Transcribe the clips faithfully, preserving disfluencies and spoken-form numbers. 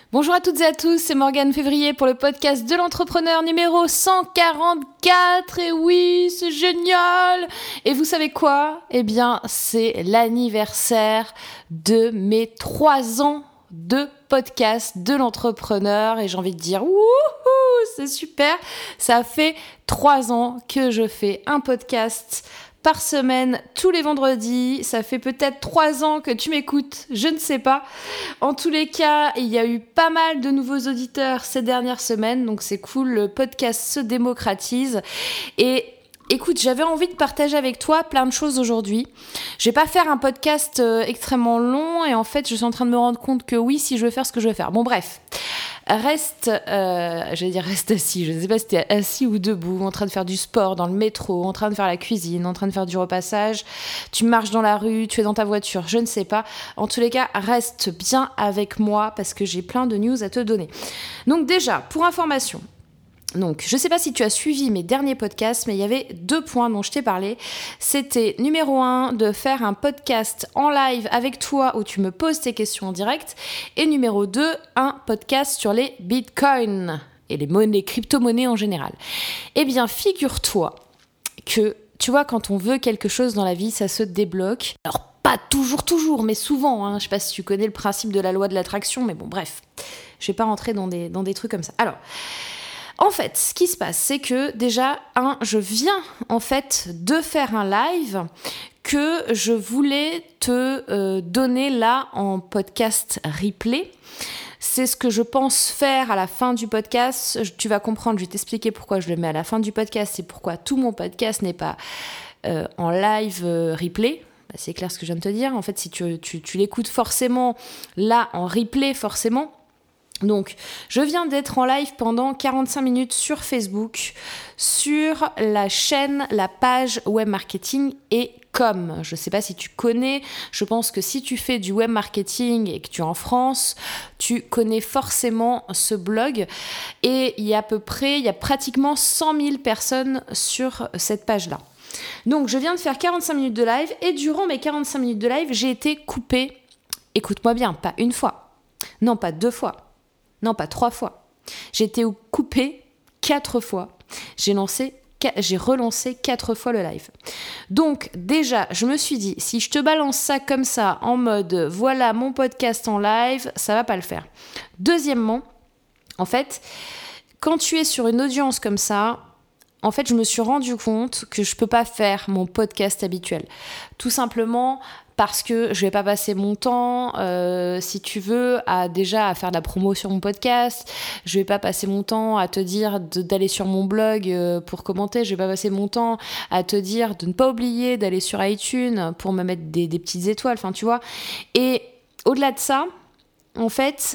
Bonjour à toutes et à tous, c'est Morgane Février pour le podcast de l'entrepreneur numéro cent quarante-quatre. Et oui, c'est génial! Et vous savez quoi? Eh bien, c'est l'anniversaire de mes trois ans de podcast de l'entrepreneur. Et j'ai envie de dire, wouhou, c'est super! Ça fait trois ans que je fais un podcast par semaine, tous les vendredis. Ça fait peut-être trois ans que tu m'écoutes, je ne sais pas. En tous les cas, il y a eu pas mal de nouveaux auditeurs ces dernières semaines, donc c'est cool, le podcast se démocratise. Et écoute, j'avais envie de partager avec toi plein de choses aujourd'hui. Je vais pas faire un podcast euh, extrêmement long, et en fait, je suis en train de me rendre compte que oui, si je veux faire ce que je veux faire. Bon, bref. Reste, euh, j'allais dire reste assis, je ne sais pas si t'es assis ou debout, en train de faire du sport dans le métro, en train de faire la cuisine, en train de faire du repassage, tu marches dans la rue, tu es dans ta voiture, je ne sais pas. En tous les cas, reste bien avec moi parce que j'ai plein de news à te donner. Donc déjà, pour information, donc, je ne sais pas si tu as suivi mes derniers podcasts, mais il y avait deux points dont je t'ai parlé. C'était numéro un, de faire un podcast en live avec toi où tu me poses tes questions en direct. Et numéro deux, un podcast sur les bitcoins et les monnaies, crypto-monnaies en général. Eh bien, figure-toi que, tu vois, quand on veut quelque chose dans la vie, ça se débloque. Alors, pas toujours, toujours, mais souvent. Hein. Je ne sais pas si tu connais le principe de la loi de l'attraction, mais bon, bref. Je ne vais pas rentrer dans des, dans des trucs comme ça. Alors... En fait, ce qui se passe, c'est que déjà, un, je viens en fait de faire un live que je voulais te euh, donner là en podcast replay. C'est ce que je pense faire à la fin du podcast. Tu vas comprendre, je vais t'expliquer pourquoi je le mets à la fin du podcast et pourquoi tout mon podcast n'est pas euh, en live euh, replay. Bah, c'est clair ce que je viens de te dire. En fait, si tu, tu, tu l'écoutes forcément là en replay, forcément. Donc, je viens d'être en live pendant quarante-cinq minutes sur Facebook, sur la chaîne, la page Web Marketing et Com. Je ne sais pas si tu connais, je pense que si tu fais du web marketing et que tu es en France, tu connais forcément ce blog. Et il y a à peu près, il y a pratiquement cent mille personnes sur cette page-là. Donc, je viens de faire quarante-cinq minutes de live et durant mes quarante-cinq minutes de live, j'ai été coupée, écoute-moi bien, pas une fois, non pas deux fois, non, pas trois fois. J'ai été coupée quatre fois. J'ai lancé, j'ai relancé quatre fois le live. Donc déjà, je me suis dit, si je te balance ça comme ça, en mode voilà mon podcast en live, ça va pas le faire. Deuxièmement, en fait, quand tu es sur une audience comme ça, en fait, je me suis rendu compte que je peux pas faire mon podcast habituel. Tout simplement parce que je vais pas passer mon temps, euh, si tu veux, à déjà à faire de la promo sur mon podcast. Je vais pas passer mon temps à te dire de, d'aller sur mon blog euh, pour commenter. Je vais pas passer mon temps à te dire de ne pas oublier d'aller sur iTunes pour me mettre des, des petites étoiles. Enfin, tu vois. Et au-delà de ça, en fait,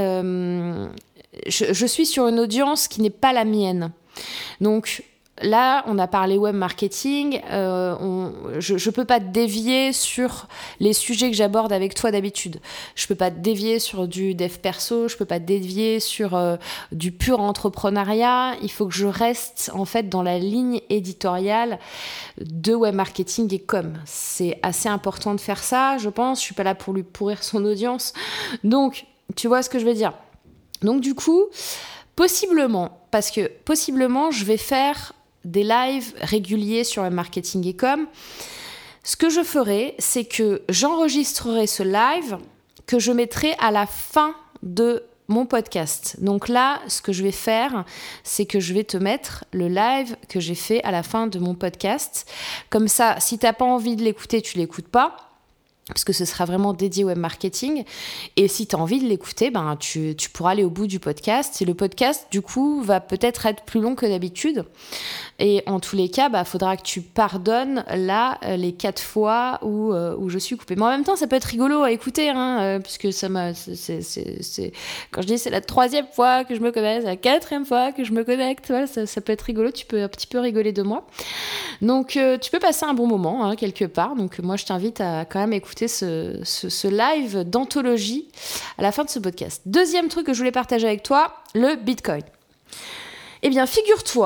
euh, je, je suis sur une audience qui n'est pas la mienne. Donc là, on a parlé web marketing, euh, on, je ne peux pas te dévier sur les sujets que j'aborde avec toi d'habitude. Je ne peux pas te dévier sur du dev perso, je ne peux pas te dévier sur euh, du pur entrepreneuriat. Il faut que je reste en fait dans la ligne éditoriale de web marketing et com. C'est assez important de faire ça, je pense. Je ne suis pas là pour lui pourrir son audience. Donc, tu vois ce que je veux dire. Donc du coup, possiblement, parce que possiblement, je vais faire des lives réguliers sur le marketing et com. Ce que je ferai, c'est que j'enregistrerai ce live que je mettrai à la fin de mon podcast. Donc là, ce que je vais faire, c'est que je vais te mettre le live que j'ai fait à la fin de mon podcast. Comme ça, si tu n'as pas envie de l'écouter, tu ne l'écoutes pas. Parce que ce sera vraiment dédié web marketing. Et si tu as envie de l'écouter, ben, tu, tu pourras aller au bout du podcast. Et le podcast, du coup, va peut-être être plus long que d'habitude. Et en tous les cas, bah, faudra que tu pardonnes là les quatre fois où, euh, où je suis coupée. Mais en même temps, ça peut être rigolo à écouter, hein, euh, puisque ça m'a, c'est, c'est, c'est, quand je dis c'est la troisième fois que je me connecte, la quatrième fois que je me connecte, voilà, ça, ça peut être rigolo. Tu peux un petit peu rigoler de moi. Donc, euh, tu peux passer un bon moment, hein, quelque part. Donc, moi, je t'invite à quand même écouter ce, ce, ce live d'anthologie à la fin de ce podcast. Deuxième truc que je voulais partager avec toi, le Bitcoin. Eh bien, figure-toi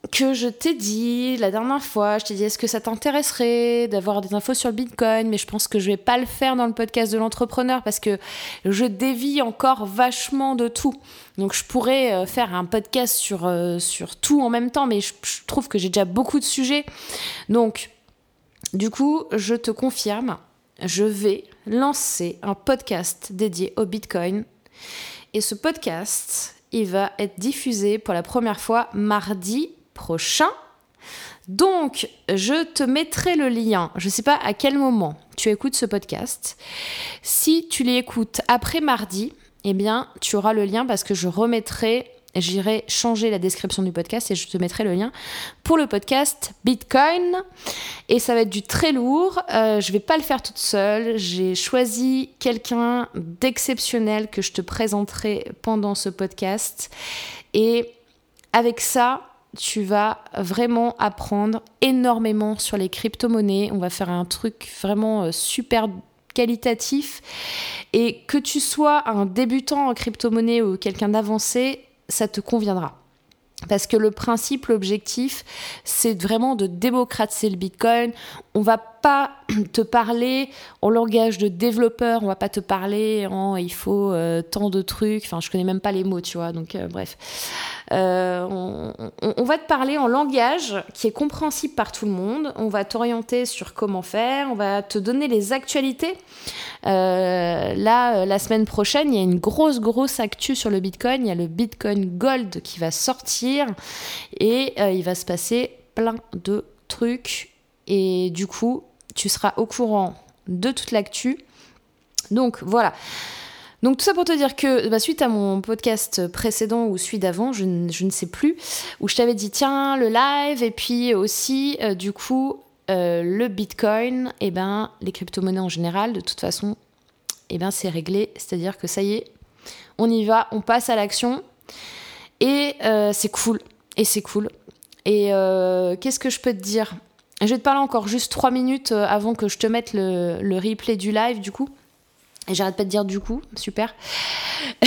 que je t'ai dit la dernière fois, je t'ai dit est-ce que ça t'intéresserait d'avoir des infos sur le Bitcoin, mais je pense que je vais pas le faire dans le podcast de l'entrepreneur parce que je dévie encore vachement de tout. Donc je pourrais faire un podcast sur, euh, sur tout en même temps, mais je, je trouve que j'ai déjà beaucoup de sujets. Donc du coup, je te confirme, je vais lancer un podcast dédié au Bitcoin. Et ce podcast, il va être diffusé pour la première fois mardi prochain. Donc, je te mettrai le lien. Je ne sais pas à quel moment tu écoutes ce podcast. Si tu l'écoutes après mardi, eh bien, tu auras le lien parce que je remettrai, j'irai changer la description du podcast et je te mettrai le lien pour le podcast Bitcoin. Et ça va être du très lourd. Euh, je ne vais pas le faire toute seule. J'ai choisi quelqu'un d'exceptionnel que je te présenterai pendant ce podcast. Et avec ça, tu vas vraiment apprendre énormément sur les crypto-monnaies. On va faire un truc vraiment super qualitatif. Et que tu sois un débutant en crypto-monnaie ou quelqu'un d'avancé, ça te conviendra. Parce que le principe, l'objectif, c'est vraiment de démocratiser le Bitcoin. On va pas te parler en langage de développeur, on va pas te parler en il faut euh, tant de trucs, enfin je connais même pas les mots, tu vois, donc euh, bref. Euh, on, on, on va te parler en langage qui est compréhensible par tout le monde, on va t'orienter sur comment faire, on va te donner les actualités. Euh, là, la semaine prochaine, il y a une grosse, grosse actu sur le Bitcoin, il y a le Bitcoin Gold qui va sortir et euh, il va se passer plein de trucs et du coup, tu seras au courant de toute l'actu. Donc voilà. Donc tout ça pour te dire que bah, suite à mon podcast précédent ou celui d'avant, je, n- je ne sais plus, où je t'avais dit tiens le live et puis aussi euh, du coup euh, le Bitcoin, et ben les crypto-monnaies en général, de toute façon, et ben c'est réglé, c'est-à-dire que ça y est, on y va, on passe à l'action et euh, c'est cool et c'est cool. Et euh, qu'est-ce que je peux te dire ? Je vais te parler encore juste trois minutes avant que je te mette le, le replay du live, du coup. Et j'arrête pas de dire du coup, super. Tu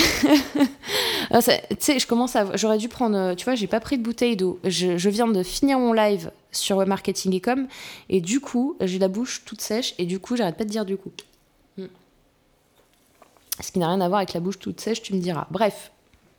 sais, je commence à... J'aurais dû prendre... Tu vois, j'ai pas pris de bouteille d'eau. Je, je viens de finir mon live sur Web Marketing et Com. Et du coup, j'ai la bouche toute sèche. Et du coup, j'arrête pas de dire du coup. Ce qui n'a rien à voir avec la bouche toute sèche, tu me diras. Bref.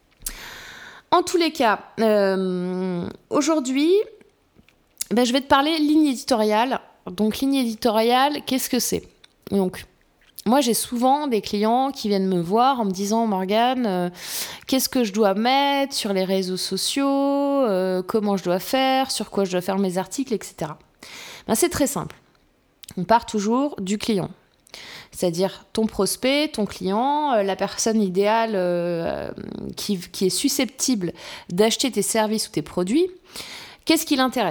En tous les cas, euh, aujourd'hui... Ben, je vais te parler ligne éditoriale. Donc, ligne éditoriale, qu'est-ce que c'est ? Donc, moi, j'ai souvent des clients qui viennent me voir en me disant « Morgane, euh, qu'est-ce que je dois mettre sur les réseaux sociaux euh, comment je dois faire, sur quoi je dois faire mes articles, et cetera » Ben, c'est très simple. On part toujours du client. C'est-à-dire ton prospect, ton client, euh, la personne idéale euh, qui, qui est susceptible d'acheter tes services ou tes produits. Qu'est-ce qui l'intéresse ?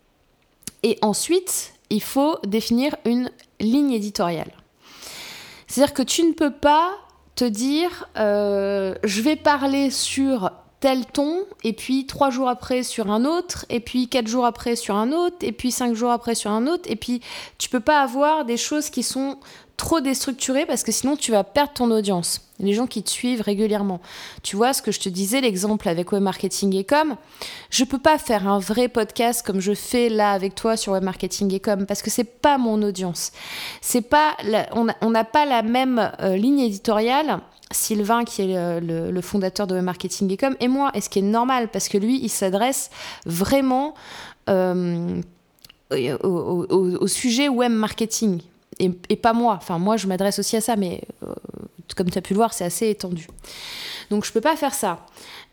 Et ensuite, il faut définir une ligne éditoriale. C'est-à-dire que tu ne peux pas te dire euh, je vais parler sur tel ton, et puis trois jours après sur un autre, et puis quatre jours après sur un autre, et puis cinq jours après sur un autre, et puis tu peux pas avoir des choses qui sont trop déstructurées parce que sinon tu vas perdre ton audience, les gens qui te suivent régulièrement. Tu vois ce que je te disais, l'exemple avec Web Marketing et Com, je peux pas faire un vrai podcast comme je fais là avec toi sur Web Marketing et Com parce que c'est pas mon audience. C'est pas la, on n'a on n'a pas la même euh, ligne éditoriale. Sylvain, qui est le, le, le fondateur de Web Marketing et Com, et moi, et ce qui est normal parce que lui, il s'adresse vraiment euh, au, au, au, au sujet web marketing. Et, et pas moi. Enfin, moi, je m'adresse aussi à ça, mais euh, comme tu as pu le voir, c'est assez étendu. Donc, je peux pas faire ça.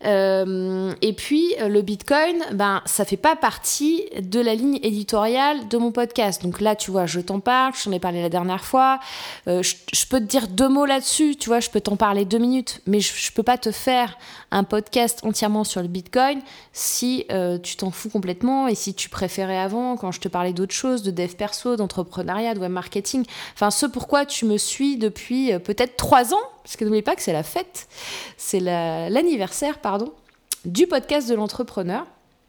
Euh, et puis, le Bitcoin, ben, ça fait pas partie de la ligne éditoriale de mon podcast. Donc là, tu vois, je t'en parle, je t'en ai parlé la dernière fois. Euh, je, je peux te dire deux mots là-dessus, tu vois, je peux t'en parler deux minutes, mais je, je peux pas te faire un podcast entièrement sur le Bitcoin si euh, tu t'en fous complètement et si tu préférais avant, quand je te parlais d'autres choses, de dev perso, d'entrepreneuriat, de web marketing, enfin, ce pourquoi tu me suis depuis euh, peut-être trois ans, parce que n'oubliez pas que c'est la fête, c'est la, l'anniversaire, pardon, du podcast de l'entrepreneur.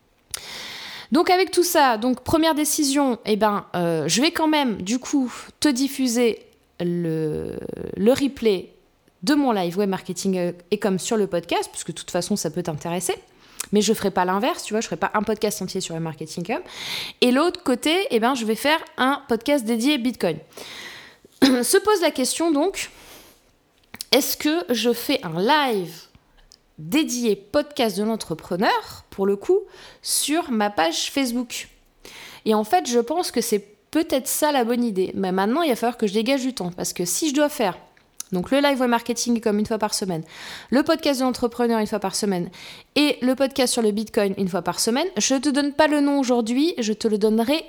Donc avec tout ça, donc première décision, eh ben, euh, je vais quand même du coup te diffuser le, le replay de mon live Web Marketing et Com sur le podcast, puisque de toute façon ça peut t'intéresser. Mais je ferai pas l'inverse, tu vois, je ferai pas un podcast entier sur le marketing com. Et l'autre côté, eh ben, je vais faire un podcast dédié Bitcoin. Se pose la question donc, est-ce que je fais un live dédié podcast de l'entrepreneur, pour le coup, sur ma page Facebook? Et en fait, je pense que c'est peut-être ça la bonne idée. Mais maintenant, il va falloir que je dégage du temps. Parce que si je dois faire donc le live web marketing comme une fois par semaine, le podcast de l'entrepreneur une fois par semaine et le podcast sur le Bitcoin une fois par semaine, je ne te donne pas le nom aujourd'hui, je te le donnerai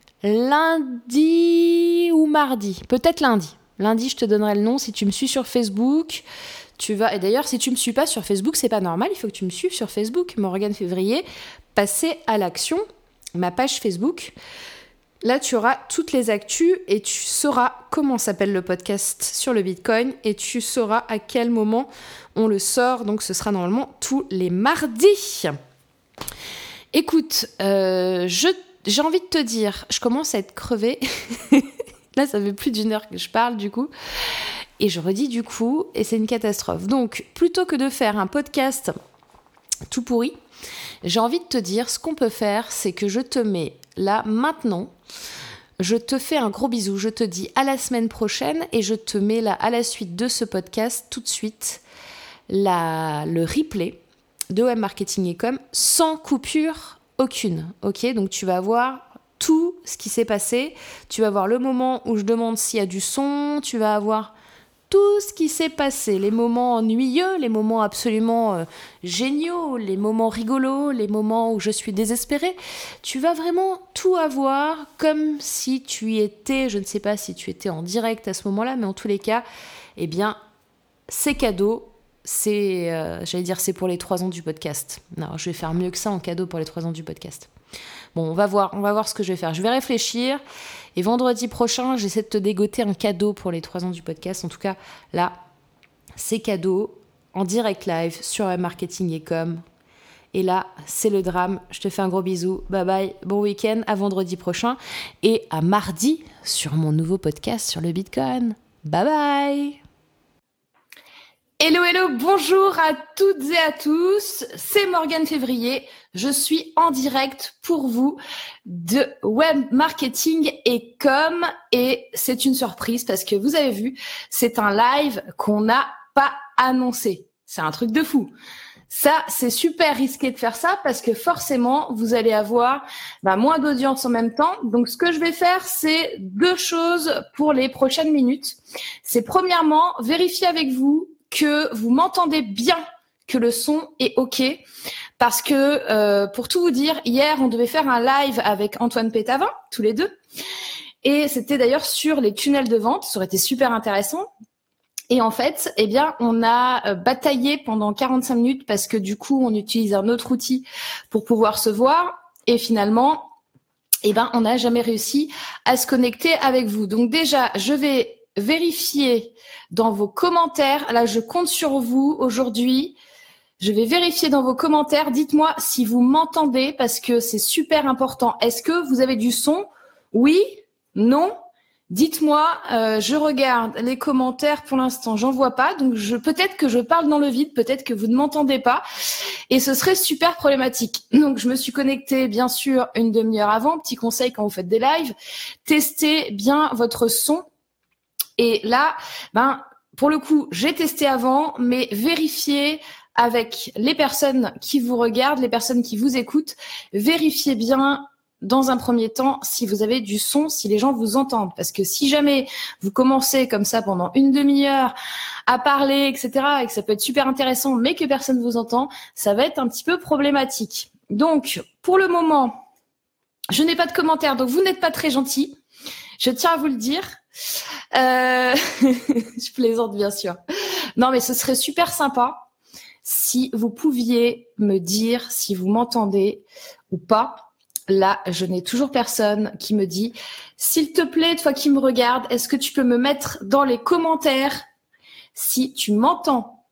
lundi ou mardi. Peut-être lundi. Lundi, je te donnerai le nom si tu me suis sur Facebook. Tu vas... Et d'ailleurs, si tu ne me suis pas sur Facebook, c'est pas normal. Il faut que tu me suives sur Facebook. Morgane Février, passer à l'action. Ma page Facebook. Là, tu auras toutes les actus et tu sauras comment s'appelle le podcast sur le Bitcoin et tu sauras à quel moment on le sort. Donc, ce sera normalement tous les mardis. Écoute, euh, je, j'ai envie de te dire, je commence à être crevée. Là, ça fait plus d'une heure que je parle, du coup. Et je redis du coup, et c'est une catastrophe. Donc, plutôt que de faire un podcast tout pourri, j'ai envie de te dire, ce qu'on peut faire, c'est que je te mets là, maintenant, je te fais un gros bisou. Je te dis à la semaine prochaine et je te mets là, à la suite de ce podcast, tout de suite, la, le replay de Web Marketing et Com sans coupure aucune. Ok, donc tu vas voir tout ce qui s'est passé. Tu vas voir le moment où je demande s'il y a du son. Tu vas avoir tout ce qui s'est passé, les moments ennuyeux, les moments absolument euh, géniaux, les moments rigolos, les moments où je suis désespérée. Tu vas vraiment tout avoir comme si tu y étais, je ne sais pas si tu étais en direct à ce moment-là, mais en tous les cas, eh bien, c'est cadeau. C'est, euh, j'allais dire, c'est pour les trois ans du podcast. Non, je vais faire mieux que ça en cadeau pour les trois ans du podcast. Bon, on va voir, on va voir ce que je vais faire. Je vais réfléchir et vendredi prochain, j'essaie de te dégoter un cadeau pour les trois ans du podcast. En tout cas, là, c'est cadeau en direct live sur Web Marketing et Com. Et là, c'est le drame. Je te fais un gros bisou. Bye bye. Bon week-end. À vendredi prochain et à mardi sur mon nouveau podcast sur le Bitcoin. Bye bye. Hello, hello, bonjour à toutes et à tous, c'est Morgane Février, je suis en direct pour vous de Web Marketing et Com et c'est une surprise parce que vous avez vu, c'est un live qu'on n'a pas annoncé, c'est un truc de fou. Ça, c'est super risqué de faire ça parce que forcément, vous allez avoir bah, moins d'audience en même temps. Donc, ce que je vais faire, c'est deux choses pour les prochaines minutes. C'est premièrement, vérifier avec vous que vous m'entendez bien, que le son est OK. Parce que, euh, pour tout vous dire, hier, on devait faire un live avec Antoine Pétavin, tous les deux. Et c'était d'ailleurs sur les tunnels de vente. Ça aurait été super intéressant. Et en fait, eh bien, on a bataillé pendant quarante-cinq minutes parce que du coup, on utilise un autre outil pour pouvoir se voir. Et finalement, eh ben, on n'a jamais réussi à se connecter avec vous. Donc déjà, je vais vérifier dans vos commentaires. Là, je compte sur vous aujourd'hui. Je vais vérifier dans vos commentaires. Dites-moi si vous m'entendez parce que c'est super important. Est-ce que vous avez du son? Oui? Non? Dites-moi. Euh, je regarde les commentaires. Pour l'instant, j'en vois pas. Donc, je peut-être que je parle dans le vide. Peut-être que vous ne m'entendez pas. Et ce serait super problématique. Donc, je me suis connectée, bien sûr, une demi-heure avant. Petit conseil quand vous faites des lives. Testez bien votre son. Et là, ben, pour le coup, j'ai testé avant, mais vérifiez avec les personnes qui vous regardent, les personnes qui vous écoutent, vérifiez bien dans un premier temps si vous avez du son, si les gens vous entendent. Parce que si jamais vous commencez comme ça pendant une demi-heure à parler, et cetera, et que ça peut être super intéressant, mais que personne ne vous entend, ça va être un petit peu problématique. Donc, pour le moment, je n'ai pas de commentaires, donc vous n'êtes pas très gentils. Je tiens à vous le dire. Euh... je plaisante bien sûr. Non mais ce serait super sympa si vous pouviez me dire si vous m'entendez ou pas. Là, je n'ai toujours personne qui me dit s'il te plaît, toi qui me regardes, est-ce que tu peux me mettre dans les commentaires si tu m'entends?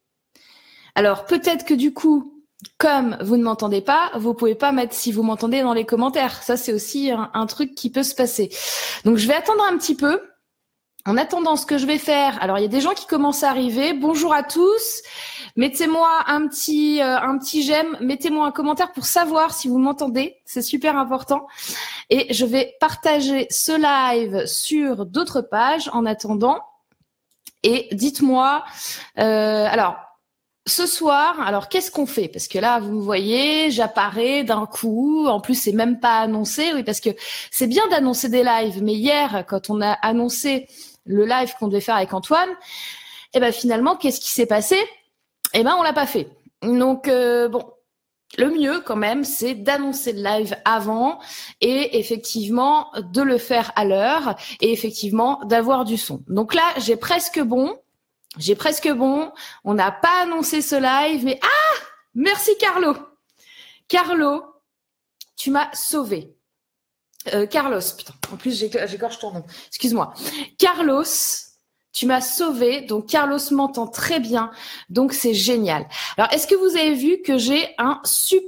Alors peut-être que du coup, comme vous ne m'entendez pas, vous pouvez pas mettre si vous m'entendez dans les commentaires. Ça, c'est aussi un, un truc qui peut se passer. Donc, je vais attendre un petit peu. En attendant, ce que je vais faire, alors il y a des gens qui commencent à arriver. Bonjour à tous. Mettez-moi un petit euh, un petit j'aime, mettez-moi un commentaire pour savoir si vous m'entendez, c'est super important. Et je vais partager ce live sur d'autres pages en attendant. Et dites-moi, euh, alors ce soir, alors qu'est-ce qu'on fait? Parce que là, vous me voyez, j'apparais d'un coup. En plus, c'est même pas annoncé, oui, parce que c'est bien d'annoncer des lives. Mais hier, quand on a annoncé le live qu'on devait faire avec Antoine, et ben finalement, qu'est-ce qui s'est passé? Eh ben, on l'a pas fait. Donc euh, bon, le mieux quand même, c'est d'annoncer le live avant et effectivement de le faire à l'heure et effectivement d'avoir du son. Donc là, j'ai presque bon. J'ai presque bon. On n'a pas annoncé ce live, mais ah, merci Carlo. Carlo, tu m'as sauvé. Euh, Carlos, putain. En plus, j'écorche ton nom. Excuse-moi. Carlos, tu m'as sauvé. Donc, Carlos m'entend très bien. Donc, c'est génial. Alors, est-ce que vous avez vu que j'ai un super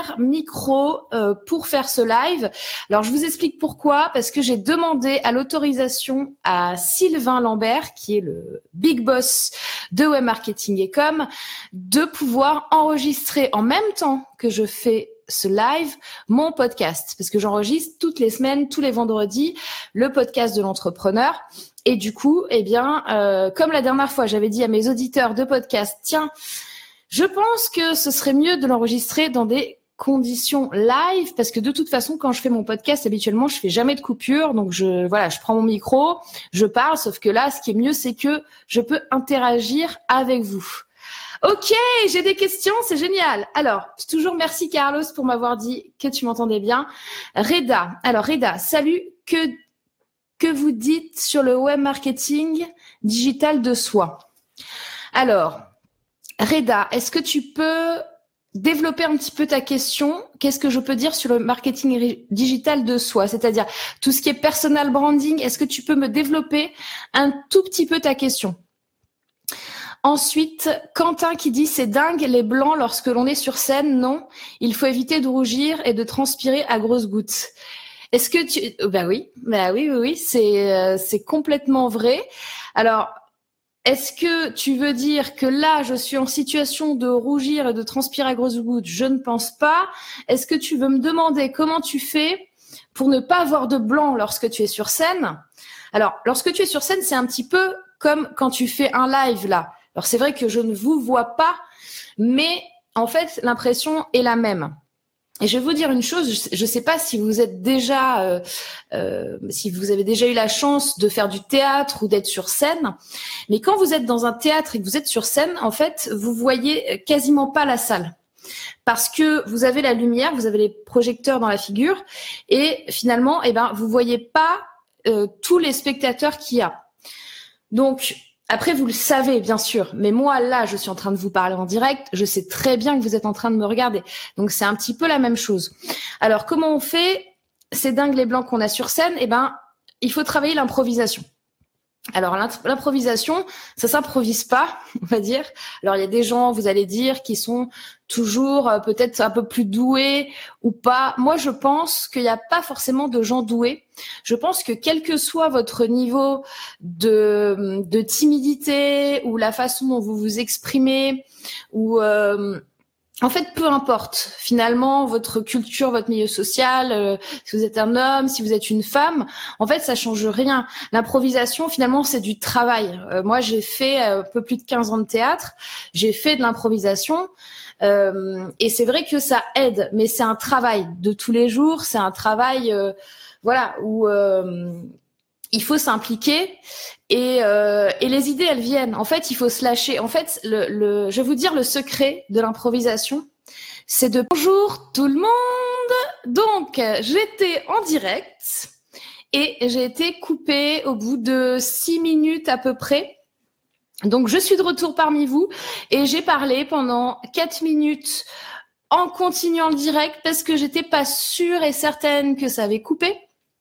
micro euh, pour faire ce live? Alors, je vous explique pourquoi. Parce que j'ai demandé à l'autorisation à Sylvain Lambert, qui est le big boss de Web Marketing et Com, de pouvoir enregistrer en même temps que je fais ce live, mon podcast, parce que j'enregistre toutes les semaines, tous les vendredis, le podcast de l'entrepreneur. Et du coup, eh bien, euh, comme la dernière fois, j'avais dit à mes auditeurs de podcast, tiens, je pense que ce serait mieux de l'enregistrer dans des conditions live, parce que de toute façon, quand je fais mon podcast, habituellement, je fais jamais de coupure. Donc, je, voilà, je prends mon micro, je parle, sauf que là, ce qui est mieux, c'est que je peux interagir avec vous. Ok, j'ai des questions, c'est génial. Alors, toujours merci Carlos pour m'avoir dit que tu m'entendais bien. Reda, alors Reda, salut, que, que vous dites sur le web marketing digital de soi? Alors, Reda, est-ce que tu peux développer un petit peu ta question? Qu'est-ce que je peux dire sur le marketing digital de soi? C'est-à-dire tout ce qui est personal branding, est-ce que tu peux me développer un tout petit peu ta question? Ensuite, Quentin qui dit c'est dingue les blancs lorsque l'on est sur scène. Non, il faut éviter de rougir et de transpirer à grosses gouttes. Est-ce que tu Bah oui, bah oui, oui, oui, c'est euh, c'est complètement vrai. Alors, est-ce que tu veux dire que là, je suis en situation de rougir et de transpirer à grosses gouttes? Je ne pense pas. Est-ce que tu veux me demander comment tu fais pour ne pas avoir de blanc lorsque tu es sur scène? Alors, lorsque tu es sur scène, c'est un petit peu comme quand tu fais un live là. Alors, c'est vrai que je ne vous vois pas, mais en fait, l'impression est la même. Et je vais vous dire une chose, je ne sais pas si vous êtes déjà, euh, euh, si vous avez déjà eu la chance de faire du théâtre ou d'être sur scène, mais quand vous êtes dans un théâtre et que vous êtes sur scène, en fait, vous voyez quasiment pas la salle. Parce que vous avez la lumière, vous avez les projecteurs dans la figure, et finalement, eh ben, vous voyez pas euh, tous les spectateurs qu'il y a. Donc, après, vous le savez, bien sûr. Mais moi, là, je suis en train de vous parler en direct. Je sais très bien que vous êtes en train de me regarder. Donc, c'est un petit peu la même chose. Alors, comment on fait? C'est dingue les blancs qu'on a sur scène. Eh ben, il faut travailler l'improvisation. Alors, l'improvisation, ça s'improvise pas, on va dire. Alors, il y a des gens, vous allez dire, qui sont toujours euh, peut-être un peu plus doués ou pas. Moi, je pense qu'il n'y a pas forcément de gens doués. Je pense que quel que soit votre niveau de, de timidité ou la façon dont vous vous exprimez ou... Euh, En fait, peu importe, finalement, votre culture, votre milieu social, euh, si vous êtes un homme, si vous êtes une femme, en fait, ça change rien. L'improvisation, finalement, c'est du travail. Euh, moi, j'ai fait euh, un peu plus de quinze ans de théâtre, j'ai fait de l'improvisation, euh, et c'est vrai que ça aide, mais c'est un travail de tous les jours, c'est un travail, euh, voilà, où... Euh, il faut s'impliquer et, euh, et les idées, elles viennent. En fait, il faut se lâcher. En fait, le, le, je vais vous dire le secret de l'improvisation, c'est de... Bonjour tout le monde. Donc, j'étais en direct et j'ai été coupée au bout de six minutes à peu près. Donc, je suis de retour parmi vous et j'ai parlé pendant quatre minutes en continuant le direct parce que j'étais pas sûre et certaine que ça avait coupé.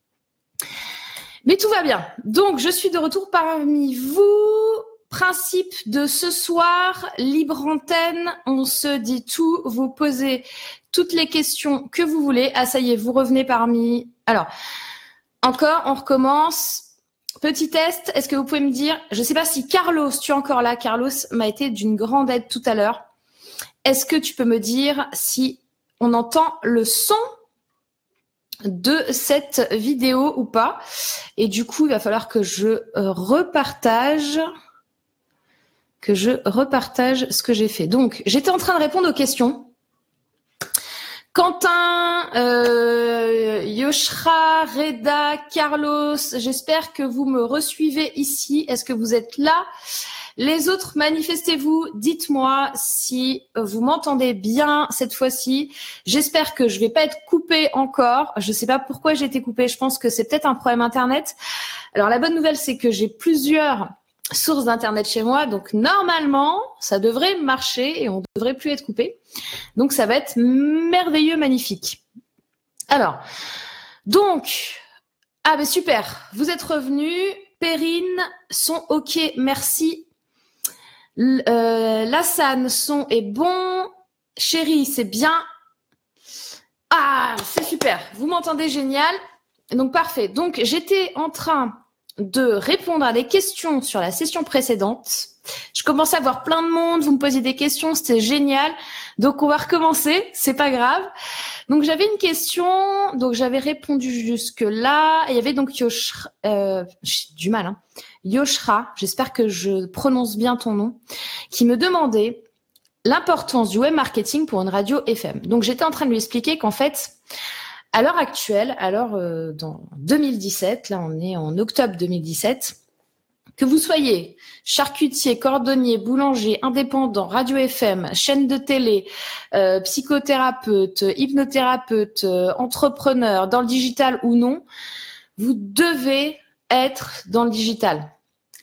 Mais tout va bien. Donc, je suis de retour parmi vous. Principe de ce soir, libre antenne, on se dit tout, vous posez toutes les questions que vous voulez. Ah, ça y est, vous revenez parmi... Alors, encore, on recommence. petit test. Est-ce que vous pouvez me dire, je ne sais pas si Carlos, tu es encore là. Carlos m'a été d'une grande aide tout à l'heure. Est-ce que tu peux me dire si on entend le son de cette vidéo ou pas? Et du coup, il va falloir que je repartage, que je repartage ce que j'ai fait. Donc, j'étais en train de répondre aux questions. Quentin, euh, Yoshra, Reda, Carlos, j'espère que vous me resuivez ici. Est-ce que vous êtes là? Les autres, manifestez-vous. Dites-moi si vous m'entendez bien cette fois-ci. J'espère que je vais pas être coupée encore. Je sais pas pourquoi j'ai été coupée. Je pense que c'est peut-être un problème Internet. Alors, la bonne nouvelle, c'est que j'ai plusieurs sources d'Internet chez moi. Donc, normalement, ça devrait marcher et on devrait plus être coupé. Donc, ça va être merveilleux, magnifique. Alors, donc, ah ben super, vous êtes revenus. Perrine, son OK, merci. L- euh, Lassane, son est bon. Chérie, c'est bien. Ah, c'est super. Vous m'entendez génial. Donc, parfait. Donc, j'étais en train de répondre à des questions sur la session précédente. Je commençais à voir plein de monde, vous me posiez des questions, c'était génial. Donc, on va recommencer, c'est pas grave. Donc, j'avais une question, donc j'avais répondu jusque-là. Il y avait donc Yoshra, euh, j'ai du mal, hein. Yoshra, j'espère que je prononce bien ton nom, qui me demandait l'importance du web marketing pour une radio F M. Donc, j'étais en train de lui expliquer qu'en fait, à l'heure actuelle, alors euh, dans deux mille dix-sept, là on est en octobre deux mille dix-sept, que vous soyez charcutier, cordonnier, boulanger, indépendant, radio F M, chaîne de télé, euh, psychothérapeute, hypnothérapeute, euh, entrepreneur, dans le digital ou non, vous devez être dans le digital. Pourquoi ?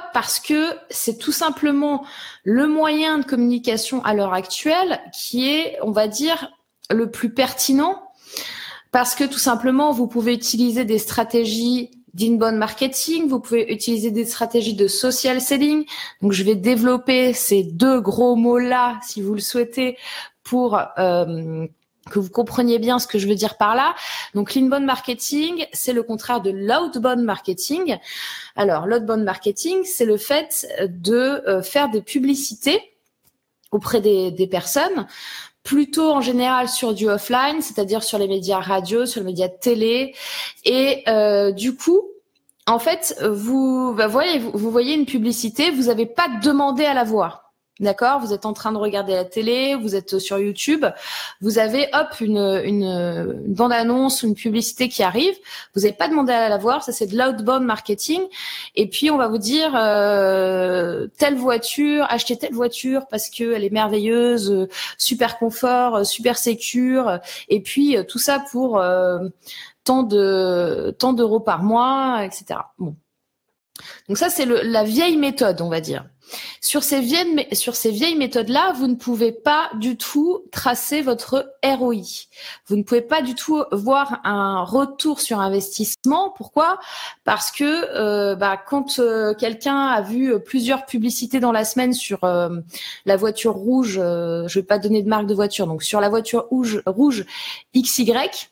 Parce que c'est tout simplement le moyen de communication à l'heure actuelle qui est, on va dire, le plus pertinent. Parce que tout simplement, vous pouvez utiliser des stratégies d'inbound marketing, vous pouvez utiliser des stratégies de social selling. Donc, je vais développer ces deux gros mots-là, si vous le souhaitez, pour euh, que vous compreniez bien ce que je veux dire par là. Donc, l'inbound marketing, c'est le contraire de l'outbound marketing. Alors, l'outbound marketing, c'est le fait de euh, faire des publicités auprès des, des personnes, plutôt en général sur du offline, c'est-à-dire sur les médias radio, sur les médias télé. Et euh, du coup, en fait, vous, bah, voyez, vous, vous voyez une publicité, vous n'avez pas demandé à la voir. D'accord ? Vous êtes en train de regarder la télé, vous êtes sur YouTube, vous avez hop une, une, une bande-annonce, une publicité qui arrive, vous n'avez pas demandé à la voir, ça c'est de l'outbound marketing. Et puis on va vous dire euh, telle voiture, achetez telle voiture parce que elle est merveilleuse, euh, super confort, euh, super sécure, et puis euh, tout ça pour euh, tant de tant d'euros par mois, et cetera. Bon. Donc ça c'est le, la vieille méthode, on va dire. Sur ces vieilles, sur ces vieilles méthodes-là, vous ne pouvez pas du tout tracer votre R O I. Vous ne pouvez pas du tout voir un retour sur investissement. Pourquoi ? Parce que euh, bah, quand euh, quelqu'un a vu plusieurs publicités dans la semaine sur euh, la voiture rouge, euh, je ne vais pas donner de marque de voiture, donc sur la voiture rouge, rouge X Y,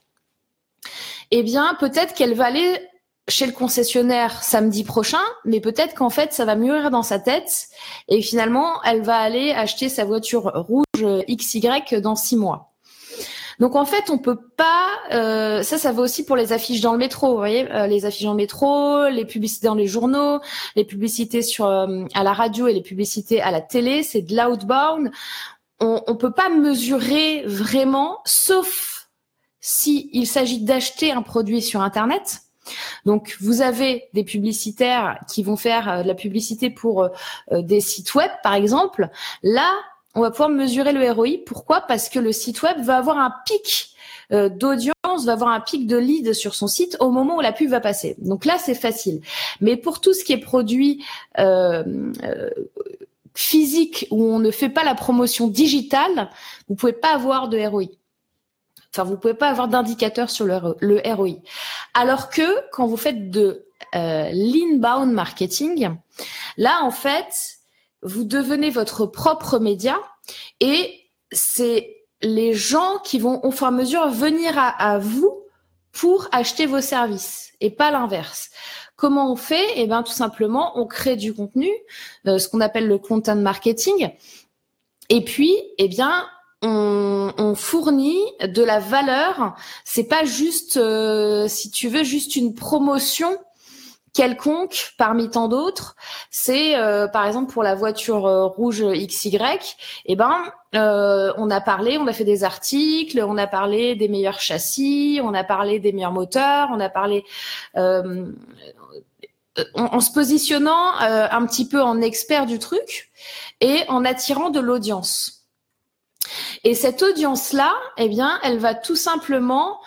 eh bien peut-être qu'elle va aller chez le concessionnaire samedi prochain, mais peut-être qu'en fait, ça va mûrir dans sa tête et finalement, elle va aller acheter sa voiture rouge X Y dans six mois. Donc en fait, on peut pas. Euh, ça, ça va aussi pour les affiches dans le métro. Vous voyez, euh, les affiches dans le métro, les publicités dans les journaux, les publicités sur euh, à la radio et les publicités à la télé. C'est de l'outbound. On, on peut pas mesurer vraiment, sauf si il s'agit d'acheter un produit sur Internet. Donc, vous avez des publicitaires qui vont faire euh, de la publicité pour euh, des sites web, par exemple. Là, on va pouvoir mesurer le R O I. Pourquoi ? Parce que le site web va avoir un pic euh, d'audience, va avoir un pic de lead sur son site au moment où la pub va passer. Donc là, c'est facile. Mais pour tout ce qui est produit euh, euh, physique, où on ne fait pas la promotion digitale, vous pouvez pas avoir de R O I. Enfin, vous pouvez pas avoir d'indicateur sur le, le R O I. Alors que quand vous faites de euh, l'inbound marketing, là, en fait, vous devenez votre propre média et c'est les gens qui vont au fur et à mesure venir à, à vous pour acheter vos services et pas l'inverse. Comment on fait? Eh ben, tout simplement, on crée du contenu, euh, ce qu'on appelle le content marketing. Et puis, eh bien, on, on fournit de la valeur. C'est pas juste, euh, si tu veux, juste une promotion quelconque parmi tant d'autres. C'est euh, par exemple pour la voiture euh, rouge X Y, eh ben euh, on a parlé, on a fait des articles, on a parlé des meilleurs châssis, on a parlé des meilleurs moteurs, on a parlé euh, en, en se positionnant euh, un petit peu en expert du truc et en attirant de l'audience. Et cette audience-là, eh bien, elle va tout simplement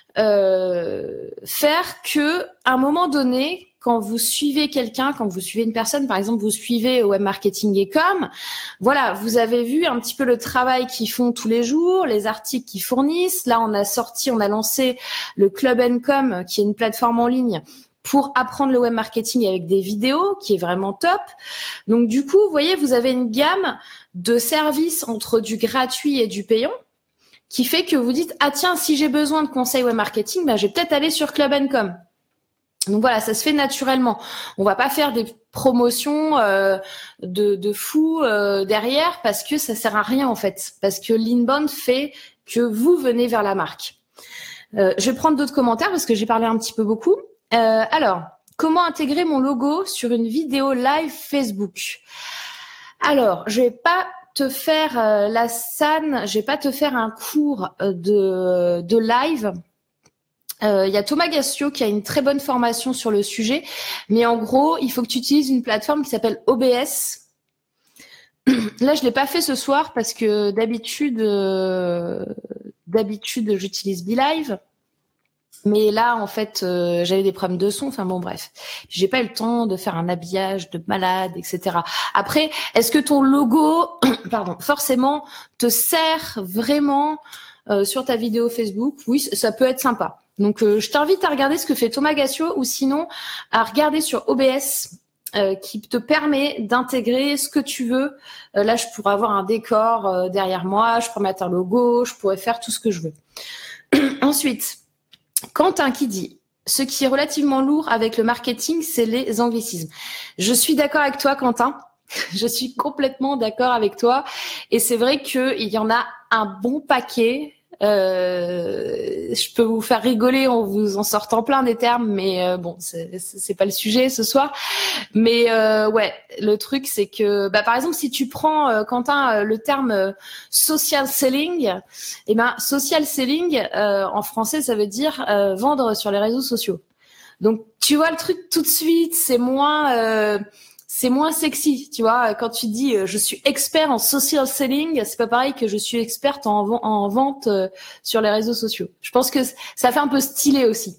euh, faire que, à un moment donné, quand vous suivez quelqu'un, quand vous suivez une personne, par exemple, vous suivez Web Marketing et Com, voilà, vous avez vu un petit peu le travail qu'ils font tous les jours, les articles qu'ils fournissent. Là, on a sorti, on a lancé le Club and Com, qui est une plateforme en ligne pour apprendre le web marketing avec des vidéos, qui est vraiment top. Donc, du coup, vous voyez, vous avez une gamme de services entre du gratuit et du payant, qui fait que vous dites, ah tiens, si j'ai besoin de conseils web marketing, ben, je vais peut-être aller sur Club and Com. Donc voilà, ça se fait naturellement. On va pas faire des promotions euh, de, de fou euh, derrière parce que ça sert à rien en fait. Parce que l'inbound fait que vous venez vers la marque. Euh, je vais prendre d'autres commentaires parce que j'ai parlé un petit peu beaucoup. Euh, alors, comment intégrer mon logo sur une vidéo live Facebook? Alors, je vais pas te faire euh, la S A N, je vais pas te faire un cours de, de live. Il euh, y a Thomas Gassio qui a une très bonne formation sur le sujet, mais en gros, il faut que tu utilises une plateforme qui s'appelle O B S. Là, je l'ai pas fait ce soir parce que d'habitude, euh, d'habitude, j'utilise BeLive. Mais là, en fait, euh, j'avais des problèmes de son. Enfin bon, bref, j'ai pas eu le temps de faire un habillage de malade, et cetera. Après, est-ce que ton logo, pardon, forcément, te sert vraiment euh, sur ta vidéo Facebook? Oui, ça peut être sympa. Donc, euh, je t'invite à regarder ce que fait Thomas Gassio ou sinon à regarder sur O B S euh, qui te permet d'intégrer ce que tu veux. Euh, là, je pourrais avoir un décor euh, derrière moi, je pourrais mettre un logo, je pourrais faire tout ce que je veux. Ensuite, Quentin qui dit « Ce qui est relativement lourd avec le marketing, c'est les anglicismes. » Je suis d'accord avec toi, Quentin. Je suis complètement d'accord avec toi. Et c'est vrai qu'il y en a un bon paquet. Euh, je peux vous faire rigoler en vous en sortant plein des termes, mais euh, bon, c'est, c'est pas le sujet ce soir. Mais euh, ouais, le truc c'est que, bah, par exemple, si tu prends euh, Quentin euh, le terme euh, social selling, eh ben social selling euh, en français ça veut dire euh, vendre sur les réseaux sociaux. Donc tu vois le truc tout de suite, c'est moins euh, c'est moins sexy, tu vois. Quand tu dis euh, je suis expert en social selling, c'est pas pareil que je suis experte en, en vente euh, sur les réseaux sociaux. Je pense que ça fait un peu stylé aussi.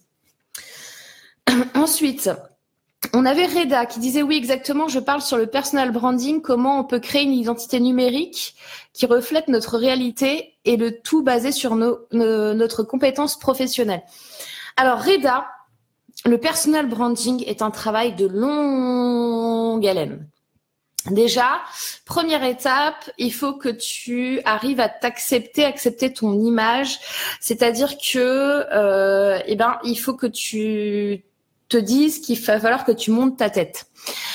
Ensuite, on avait Reda qui disait oui exactement, je parle sur le personal branding, comment on peut créer une identité numérique qui reflète notre réalité et le tout basé sur nos, nos, notre compétence professionnelle. Alors Reda, le personal branding est un travail de longue haleine. Déjà, première étape, il faut que tu arrives à t'accepter, accepter ton image, c'est-à-dire que, euh, eh ben, il faut que tu te dises qu'il va falloir que tu montes ta tête.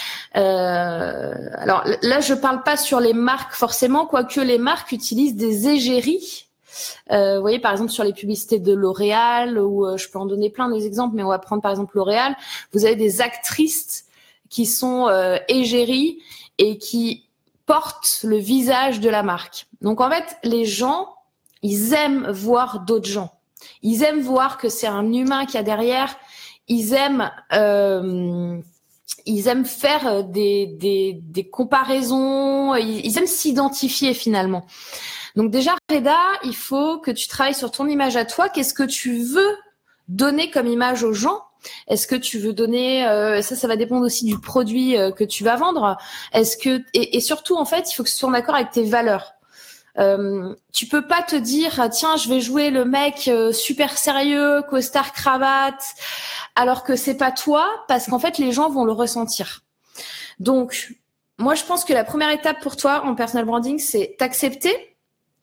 Euh, alors là, je parle pas sur les marques forcément, quoique les marques utilisent des égéries. Euh, vous voyez, par exemple, sur les publicités de L'Oréal, ou euh, je peux en donner plein des exemples, mais on va prendre par exemple L'Oréal. Vous avez des actrices qui sont euh, égéries et qui portent le visage de la marque. Donc en fait, les gens, ils aiment voir d'autres gens. Ils aiment voir que c'est un humain qu'il y a derrière. Ils aiment, euh, ils aiment faire des, des, des comparaisons. Ils, ils aiment s'identifier finalement. Donc déjà, Reda, il faut que tu travailles sur ton image à toi. Qu'est-ce que tu veux donner comme image aux gens? Est-ce que tu veux donner euh, ça, ça va dépendre aussi du produit euh, que tu vas vendre. Est-ce que et, et surtout en fait, il faut que ce soit en accord avec tes valeurs. Euh, tu peux pas te dire tiens, je vais jouer le mec euh, super sérieux, costard cravate, alors que c'est pas toi, parce qu'en fait les gens vont le ressentir. Donc moi je pense que la première étape pour toi en personal branding, c'est t'accepter,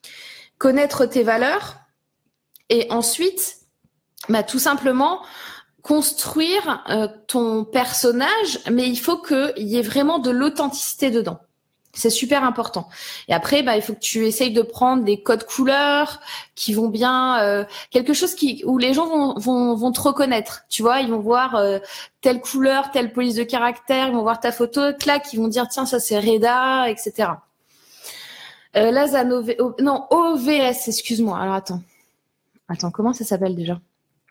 connaître tes valeurs et ensuite bah, tout simplement construire euh, ton personnage, mais il faut qu'il y ait vraiment de l'authenticité dedans. C'est super important. Et après, bah, il faut que tu essayes de prendre des codes couleurs qui vont bien, euh, quelque chose qui où les gens vont, vont, vont te reconnaître. Tu vois, ils vont voir euh, telle couleur, telle police de caractère, ils vont voir ta photo, clac, ils vont dire tiens ça c'est Reda, et cetera. Euh, Lazane, O V, O, non O V S, excuse-moi. Alors attends, attends, comment ça s'appelle déjà?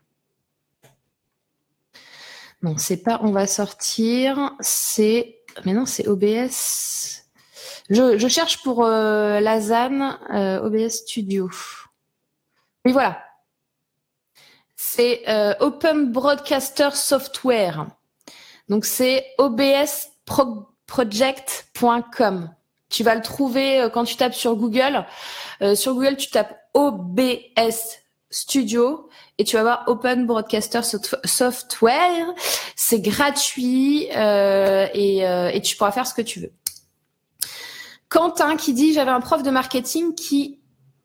Non, c'est pas on va sortir, c'est mais non c'est O B S. Je, je cherche pour euh, Lazane, euh, O B S Studio. Oui, voilà. C'est euh, Open Broadcaster Software. Donc, c'est o b s project point com. Tu vas le trouver euh, quand tu tapes sur Google. Euh, sur Google, tu tapes O B S Studio et tu vas voir Open Broadcaster Software. C'est gratuit euh, et, euh, et tu pourras faire ce que tu veux. Quentin qui dit « J'avais un prof de marketing qui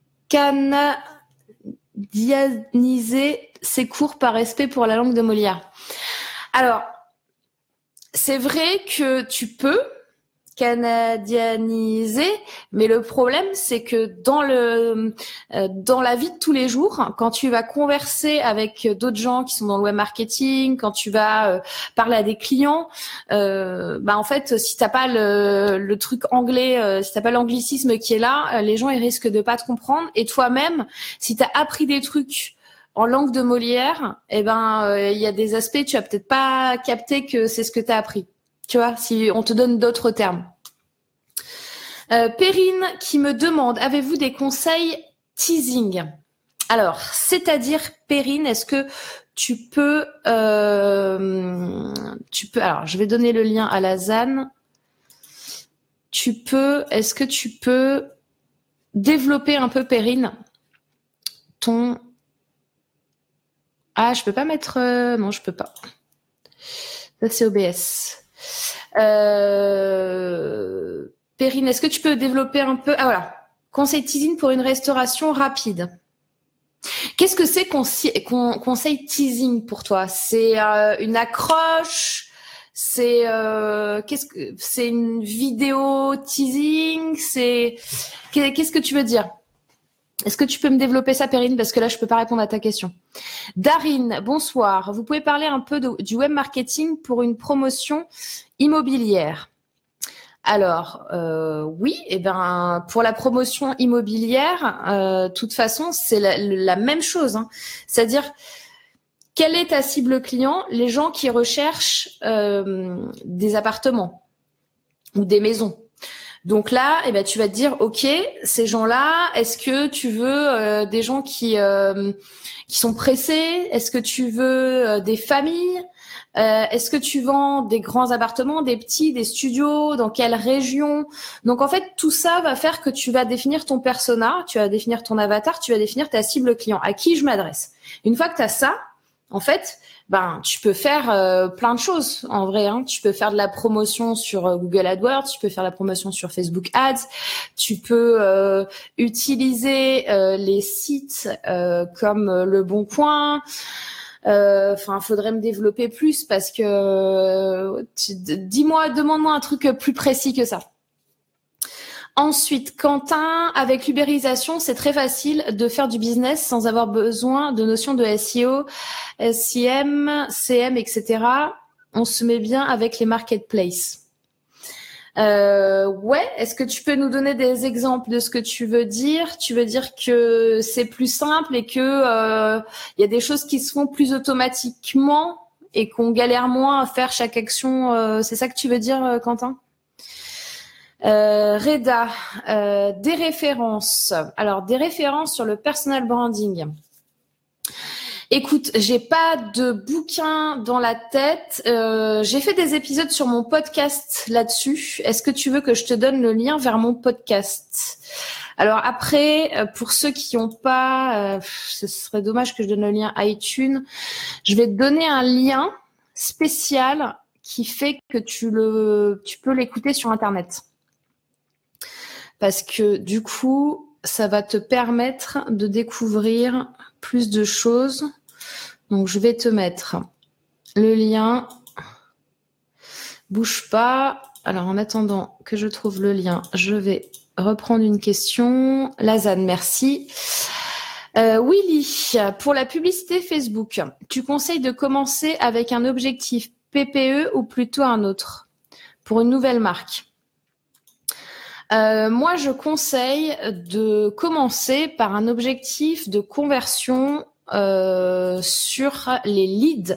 canadienisait ses cours par respect pour la langue de Molière. » Alors, c'est vrai que tu peux canadianiser, mais le problème, c'est que dans le euh, dans la vie de tous les jours, quand tu vas converser avec d'autres gens qui sont dans le web marketing, quand tu vas euh, parler à des clients, euh, bah en fait, si t'as pas le, le truc anglais, euh, si t'as pas l'anglicisme qui est là, euh, les gens ils risquent de pas te comprendre. Et toi-même, si t'as appris des trucs en langue de Molière, eh ben il euh, y a des aspects tu vas peut-être pas capter que c'est ce que t'as appris. Tu vois, si on te donne d'autres termes. Euh, Perrine qui me demande, avez-vous des conseils teasing? Alors, c'est-à-dire, Perrine, est-ce que tu peux, euh, tu peux, alors, je vais donner le lien à Lazane. Tu peux, est-ce que tu peux développer un peu, Perrine, ton, ah, je peux pas mettre, euh... non, je peux pas. Ça, c'est O B S. Euh... Perrine, est-ce que tu peux développer un peu... Ah voilà, conseil teasing pour une restauration rapide. Qu'est-ce que c'est conseil, conseil teasing pour toi? C'est euh, une accroche? C'est euh, qu'est-ce que c'est une vidéo teasing? C'est qu'est-ce que tu veux dire? Est-ce que tu peux me développer ça, Perrine? Parce que là, je peux pas répondre à ta question. Darine, bonsoir. Vous pouvez parler un peu de, du web marketing pour une promotion immobilière? Alors, euh, oui, et eh ben pour la promotion immobilière, euh, de toute façon, c'est la, la même chose. Hein. C'est-à-dire, quelle est ta cible client? Les gens qui recherchent euh, des appartements ou des maisons. Donc là, eh ben, tu vas te dire, ok, ces gens-là, est-ce que tu veux euh, des gens qui euh, qui sont pressés? Est-ce que tu veux euh, des familles? euh, Est-ce que tu vends des grands appartements, des petits, des studios? Dans quelle région? Donc en fait, tout ça va faire que tu vas définir ton persona, tu vas définir ton avatar, tu vas définir ta cible client, à qui je m'adresse. Une fois que tu as ça, en fait, ben tu peux faire euh, plein de choses en vrai. Hein. Tu peux faire de la promotion sur euh, Google AdWords, tu peux faire de la promotion sur Facebook Ads, tu peux euh, utiliser euh, les sites euh, comme euh, Le Bon Coin. Enfin, euh, faudrait me développer plus parce que euh, tu, dis-moi, demande-moi un truc plus précis que ça. Ensuite, Quentin, avec l'ubérisation, c'est très facile de faire du business sans avoir besoin de notions de S E O, S I M, C M, et cetera. On se met bien avec les marketplaces. Euh, ouais, est-ce que tu peux nous donner des exemples de ce que tu veux dire? Tu veux dire que c'est plus simple et que euh, y a des choses qui se font plus automatiquement et qu'on galère moins à faire chaque action. Euh, c'est ça que tu veux dire, Quentin? Euh, Reda, euh, des références. Alors, des références sur le personal branding. Écoute, j'ai pas de bouquin dans la tête. Euh, j'ai fait des épisodes sur mon podcast là-dessus. Est-ce que tu veux que je te donne le lien vers mon podcast? Alors après, pour ceux qui n'ont pas, euh, ce serait dommage que je donne le lien iTunes. Je vais te donner un lien spécial qui fait que tu le, tu peux l'écouter sur Internet. Parce que du coup, ça va te permettre de découvrir plus de choses. Donc, je vais te mettre le lien. Bouge pas. Alors, en attendant que je trouve le lien, je vais reprendre une question. Lazane, merci. Euh, Willy, pour la publicité Facebook, tu conseilles de commencer avec un objectif P P E ou plutôt un autre pour une nouvelle marque? Euh, moi, je conseille de commencer par un objectif de conversion euh, sur les leads.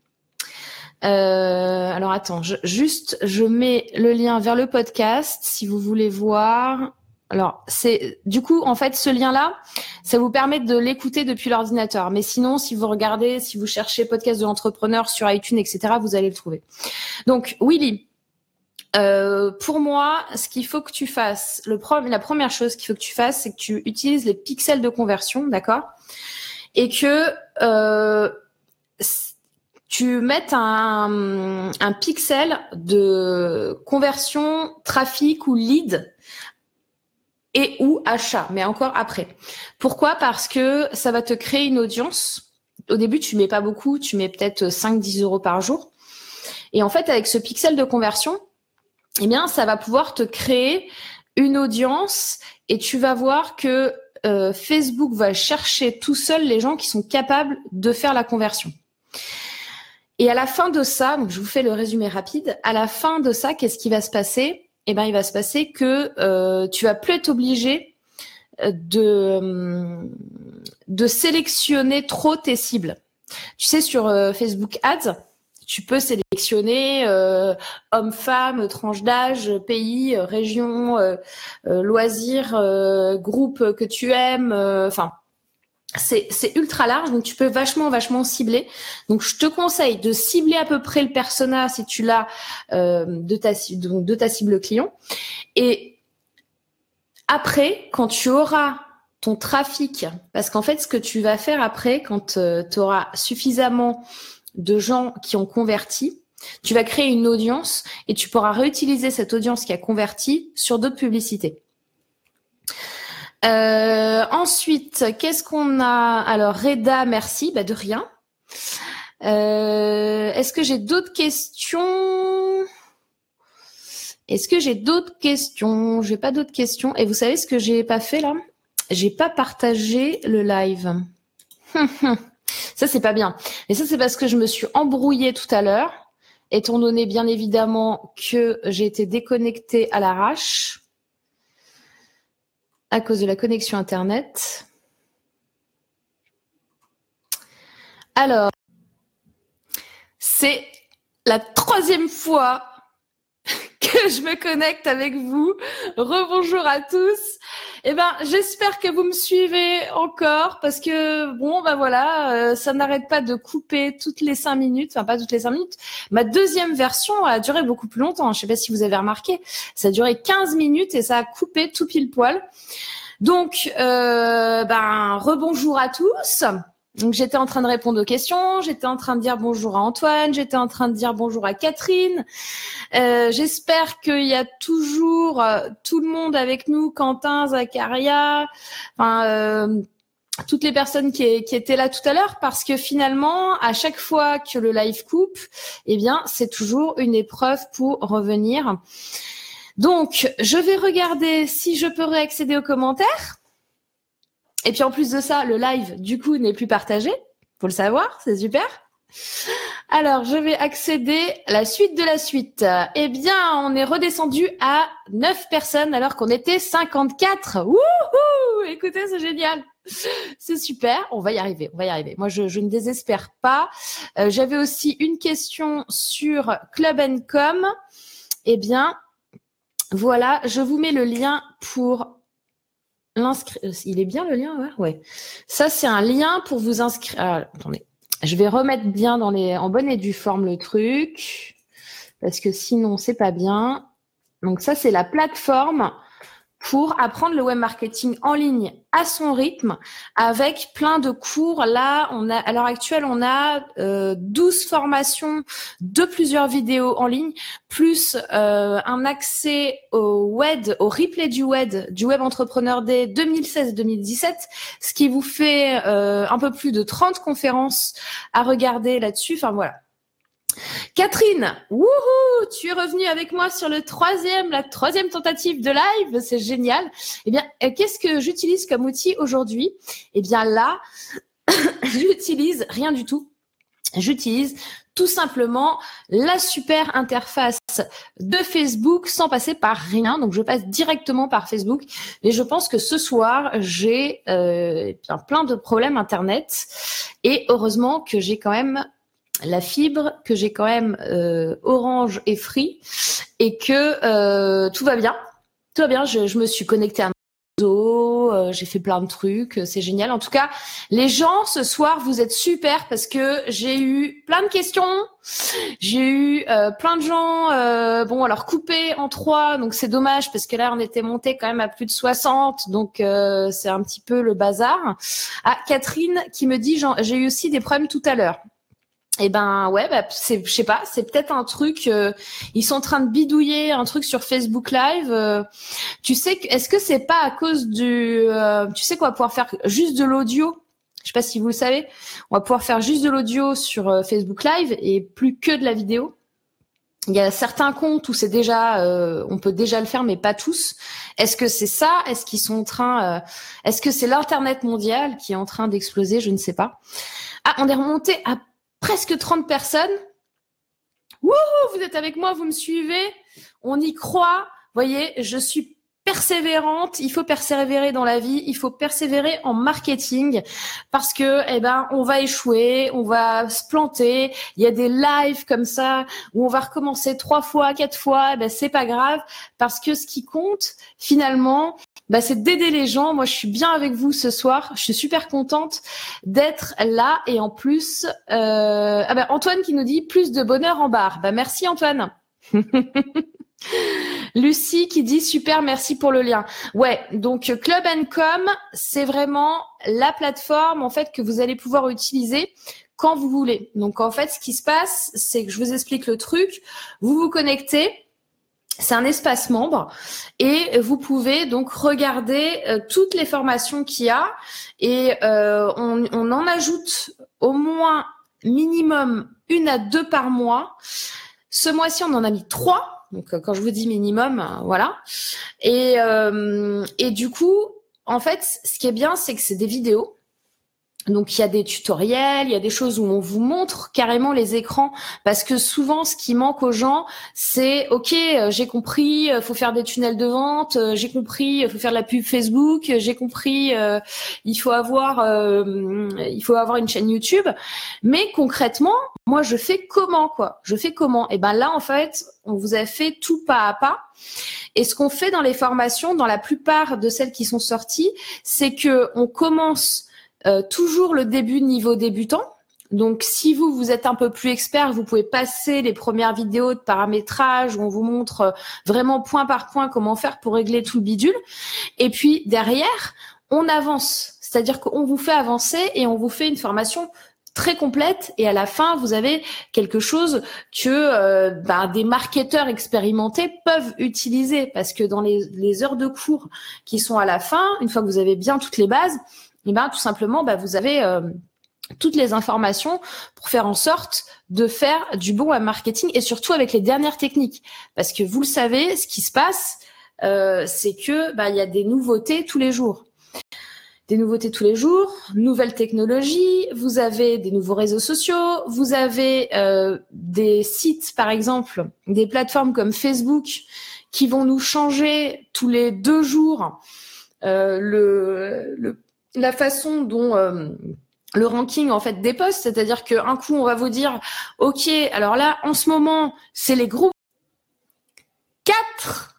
Euh, alors attends, je, juste je mets le lien vers le podcast si vous voulez voir. Alors c'est du coup en fait ce lien-là, ça vous permet de l'écouter depuis l'ordinateur. Mais sinon, si vous regardez, si vous cherchez podcast de l'entrepreneur sur iTunes, et cetera, vous allez le trouver. Donc Willy, euh, pour moi, ce qu'il faut que tu fasses, le pro- la première chose qu'il faut que tu fasses, c'est que tu utilises les pixels de conversion, d'accord, et que euh, tu mettes un, un pixel de conversion, trafic ou lead et ou achat, mais encore après. Pourquoi? Parce que ça va te créer une audience. Au début, tu mets pas beaucoup, tu mets peut-être cinq à dix euros par jour. Et en fait, avec ce pixel de conversion, eh bien, ça va pouvoir te créer une audience et tu vas voir que euh, Facebook va chercher tout seul les gens qui sont capables de faire la conversion. Et à la fin de ça, donc je vous fais le résumé rapide, à la fin de ça, qu'est-ce qui va se passer? Eh ben, il va se passer que euh, tu vas plus être obligé de, de sélectionner trop tes cibles. Tu sais, sur euh, Facebook Ads, tu peux sélectionner euh, homme, femme, tranche d'âge, pays, euh, région, euh, euh, loisirs, euh, groupe que tu aimes, enfin... Euh, C'est, c'est ultra large, donc tu peux vachement, vachement cibler. Donc, je te conseille de cibler à peu près le persona si tu l'as euh, de ta donc de ta cible client. Et après, quand tu auras ton trafic, parce qu'en fait, ce que tu vas faire après, quand euh, tu auras suffisamment de gens qui ont converti, tu vas créer une audience et tu pourras réutiliser cette audience qui a converti sur d'autres publicités. Euh, ensuite, qu'est-ce qu'on a? Alors, Reda, merci. Bah, de rien. Euh, est-ce que j'ai d'autres questions? Est-ce que j'ai d'autres questions? J'ai pas d'autres questions. Et vous savez ce que j'ai pas fait là? J'ai pas partagé le live. Ça, c'est pas bien. Et ça, c'est parce que je me suis embrouillée tout à l'heure, étant donné bien évidemment que j'ai été déconnectée à l'arrache à cause de la connexion Internet. Alors, c'est la troisième fois que je me connecte avec vous. Rebonjour à tous. Eh ben, j'espère que vous me suivez encore parce que bon, ben voilà, euh, ça n'arrête pas de couper toutes les cinq minutes. Enfin, pas toutes les cinq minutes. Ma deuxième version a duré beaucoup plus longtemps. Je sais pas si vous avez remarqué. Ça a duré quinze minutes et ça a coupé tout pile poil. Donc, euh, ben, rebonjour à tous. Donc, j'étais en train de répondre aux questions, j'étais en train de dire bonjour à Antoine, j'étais en train de dire bonjour à Catherine. Euh, j'espère qu'il y a toujours euh, tout le monde avec nous, Quentin, Zacharia, enfin euh, toutes les personnes qui, qui étaient là tout à l'heure, parce que finalement, à chaque fois que le live coupe, eh bien, c'est toujours une épreuve pour revenir. Donc, je vais regarder si je peux réaccéder aux commentaires. Et puis en plus de ça, le live, du coup, n'est plus partagé. Faut le savoir, c'est super. Alors, je vais accéder à la suite de la suite. Eh bien, on est redescendu à neuf personnes alors qu'on était cinquante-quatre. Wouhou! Écoutez, c'est génial. C'est super. On va y arriver, on va y arriver. Moi, je, je ne désespère pas. Euh, j'avais aussi une question sur Club and Com. Eh bien, voilà, je vous mets le lien pour... L'inscri... Il est bien le lien, ouais. ouais. Ça, c'est un lien pour vous inscrire. Ah, attendez, je vais remettre bien dans les en bonne et due forme le truc parce que sinon c'est pas bien. Donc ça, c'est la plateforme pour apprendre le web marketing en ligne à son rythme avec plein de cours. Là, on a à l'heure actuelle, on a euh, douze formations de plusieurs vidéos en ligne, plus euh, un accès au web, au replay du web, du Web Entrepreneur Day deux mille seize deux mille dix-sept, ce qui vous fait euh, un peu plus de trente conférences à regarder là-dessus. Enfin voilà. Catherine, wouhou, tu es revenue avec moi sur le troisième, la troisième tentative de live, c'est génial. Eh bien, qu'est-ce que j'utilise comme outil aujourd'hui? Eh bien là, j'utilise rien du tout. J'utilise tout simplement la super interface de Facebook sans passer par rien. Donc, je passe directement par Facebook. Et je pense que ce soir, j'ai euh, bien plein de problèmes Internet. Et heureusement que j'ai quand même la fibre, que j'ai quand même euh, Orange et Free et que euh, tout va bien. Tout va bien. Je, je me suis connectée à Euh, j'ai fait plein de trucs, c'est génial. En tout cas, les gens, ce soir, vous êtes super parce que j'ai eu plein de questions. J'ai eu euh, plein de gens, euh, bon, alors coupés en trois, donc c'est dommage parce que là, on était monté quand même à plus de soixante, donc euh, c'est un petit peu le bazar. Ah, Catherine qui me dit, j'ai eu aussi des problèmes tout à l'heure. Eh ben ouais, bah, c'est, je sais pas, c'est peut-être un truc. Euh, ils sont en train de bidouiller un truc sur Facebook Live. Euh, tu sais, est-ce que c'est pas à cause du, euh, tu sais qu'on va pouvoir faire juste de l'audio. Je sais pas si vous le savez, on va pouvoir faire juste de l'audio sur euh, Facebook Live et plus que de la vidéo. Il y a certains comptes où c'est déjà, euh, on peut déjà le faire, mais pas tous. Est-ce que c'est ça? Est-ce qu'ils sont en train, euh, est-ce que c'est l'internet mondial qui est en train d'exploser? Je ne sais pas. Ah, on est remonté à presque trente personnes. Wouhou, vous êtes avec moi, vous me suivez. On y croit. Voyez, je suis persévérante. Il faut persévérer dans la vie. Il faut persévérer en marketing parce que, eh ben, on va échouer, on va se planter. Il y a des lives comme ça où on va recommencer trois fois, quatre fois. Eh ben, c'est pas grave parce que ce qui compte, finalement, bah, c'est d'aider les gens. Moi, je suis bien avec vous ce soir. Je suis super contente d'être là. Et en plus, euh... ah ben, Antoine qui nous dit plus de bonheur en barre. Bah, merci Antoine. Lucie qui dit super, merci pour le lien. Ouais, donc Club and Com, c'est vraiment la plateforme en fait que vous allez pouvoir utiliser quand vous voulez. Donc en fait, ce qui se passe, c'est que je vous explique le truc. Vous vous connectez. C'est un espace membre et vous pouvez donc regarder euh, toutes les formations qu'il y a et euh, on, on en ajoute au moins minimum une à deux par mois. Ce mois-ci, on en a mis trois. Donc, euh, quand je vous dis minimum, euh, voilà. Et, euh, et du coup, en fait, ce qui est bien, c'est que c'est des vidéos. Donc, il y a des tutoriels, il y a des choses où on vous montre carrément les écrans parce que souvent, ce qui manque aux gens, c'est « Ok, euh, j'ai compris, il faut faire des tunnels de vente, euh, j'ai compris, il faut faire de la pub Facebook, j'ai compris, euh, il faut avoir euh, il faut avoir une chaîne YouTube. » Mais concrètement, moi, je fais comment, quoi? Je fais comment? Et ben là, en fait, on vous a fait tout pas à pas. Et ce qu'on fait dans les formations, dans la plupart de celles qui sont sorties, c'est que on commence Euh, toujours le début niveau débutant. Donc, si vous, vous êtes un peu plus expert, vous pouvez passer les premières vidéos de paramétrage où on vous montre euh, vraiment point par point comment faire pour régler tout le bidule. Et puis, derrière, on avance. C'est-à-dire qu'on vous fait avancer et on vous fait une formation très complète et à la fin, vous avez quelque chose que euh, bah, des marketeurs expérimentés peuvent utiliser parce que dans les, les heures de cours qui sont à la fin, une fois que vous avez bien toutes les bases, et ben tout simplement, bah, vous avez euh, toutes les informations pour faire en sorte de faire du bon web marketing et surtout avec les dernières techniques. Parce que vous le savez, ce qui se passe, euh, c'est que bah, il y a des nouveautés tous les jours. Des nouveautés tous les jours, nouvelles technologies, vous avez des nouveaux réseaux sociaux, vous avez euh, des sites, par exemple, des plateformes comme Facebook qui vont nous changer tous les deux jours euh, le, le la façon dont euh, le ranking en fait des posts, c'est-à-dire qu'un coup on va vous dire ok, alors là en ce moment c'est les groupes quatre.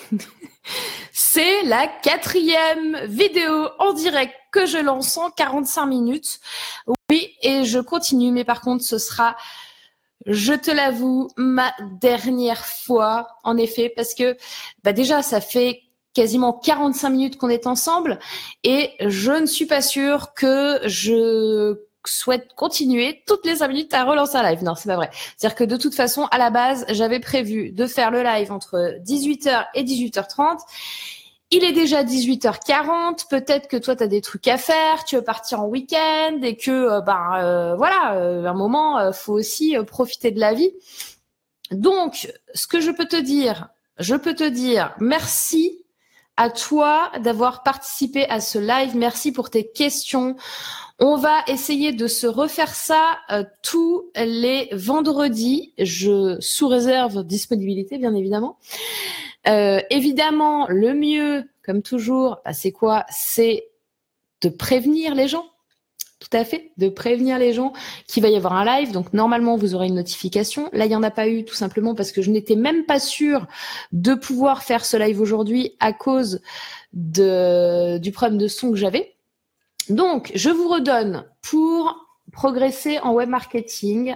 C'est la quatrième vidéo en direct que je lance en quarante-cinq minutes. Oui, et je continue, mais par contre ce sera, je te l'avoue, ma dernière fois en effet, parce que bah déjà ça fait quasiment quarante-cinq minutes qu'on est ensemble et je ne suis pas sûre que je souhaite continuer toutes les cinq minutes à relancer un live. Non, c'est pas vrai. C'est-à-dire que de toute façon, à la base, j'avais prévu de faire le live entre dix-huit heures et dix-huit heures trente Il est déjà dix-huit heures quarante, peut-être que toi, tu as des trucs à faire, tu veux partir en week-end et que, euh, ben euh, voilà, euh, un moment, euh, faut aussi euh, profiter de la vie. Donc, ce que je peux te dire, je peux te dire merci à toi d'avoir participé à ce live. Merci pour tes questions. On va essayer de se refaire ça euh, tous les vendredis. Je sous réserve disponibilité, bien évidemment. Euh, évidemment, le mieux, comme toujours, bah, c'est quoi? C'est de prévenir les gens. Tout à fait, de prévenir les gens qu'il va y avoir un live. Donc, normalement, vous aurez une notification. Là, il n'y en a pas eu, tout simplement parce que je n'étais même pas sûre de pouvoir faire ce live aujourd'hui à cause de, du problème de son que j'avais. Donc, je vous redonne pour progresser en web marketing.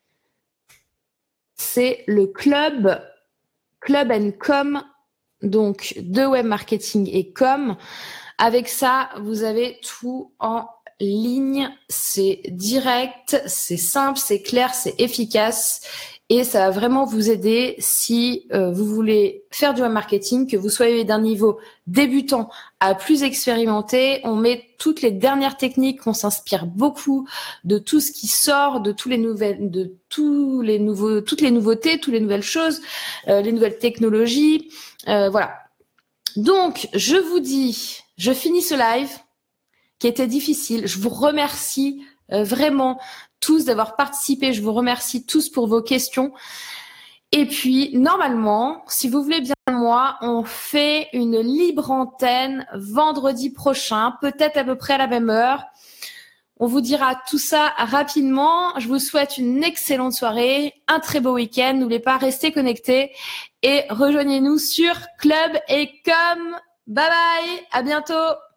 C'est le club Club and Com, donc de web marketing et com. Avec ça, vous avez tout en ligne. C'est direct, c'est simple, c'est clair, c'est efficace. Et ça va vraiment vous aider si euh, vous voulez faire du web marketing, que vous soyez d'un niveau débutant à plus expérimenté. On met toutes les dernières techniques, on s'inspire beaucoup de tout ce qui sort, de tous les nouvelles, de tous les nouveaux, toutes les nouveautés, toutes les nouvelles choses, euh, les nouvelles technologies. Euh, voilà. Donc, je vous dis, je finis ce live qui était difficile. Je vous remercie euh, vraiment tous d'avoir participé. Je vous remercie tous pour vos questions. Et puis, normalement, si vous voulez bien moi, on fait une libre antenne vendredi prochain, peut-être à peu près à la même heure. On vous dira tout ça rapidement. Je vous souhaite une excellente soirée, un très beau week-end. N'oubliez pas, restez connectés et rejoignez-nous sur Club et Com. Bye bye, à bientôt.